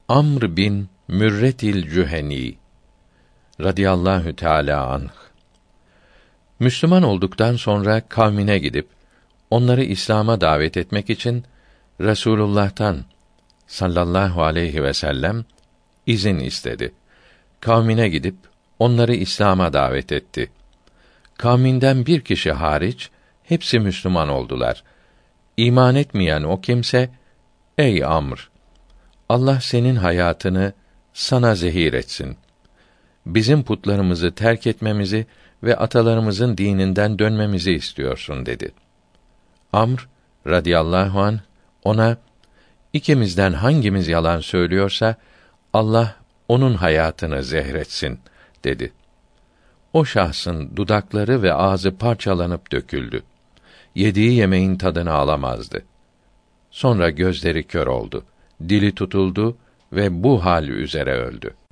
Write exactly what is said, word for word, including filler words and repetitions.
Amr bin Mürretil Cüheni radıyallahu teâlâ anh, Müslüman olduktan sonra kavmine gidip onları İslam'a davet etmek için Resulullah'tan sallallahu aleyhi ve sellem izin istedi. Kavmine gidip onları İslam'a davet etti. Kavminden bir kişi hariç hepsi Müslüman oldular. İman etmeyen o kimse, ey Amr, Allah senin hayatını sana zehir etsin. Bizim putlarımızı terk etmemizi ve atalarımızın dininden dönmemizi istiyorsun dedi. Amr radıyallahu anh ona, ikimizden hangimiz yalan söylüyorsa Allah onun hayatını zehretsin dedi. O şahsın dudakları ve ağzı parçalanıp döküldü. Yediği yemeğin tadını alamazdı. Sonra gözleri kör oldu, dili tutuldu ve bu hal üzere öldü.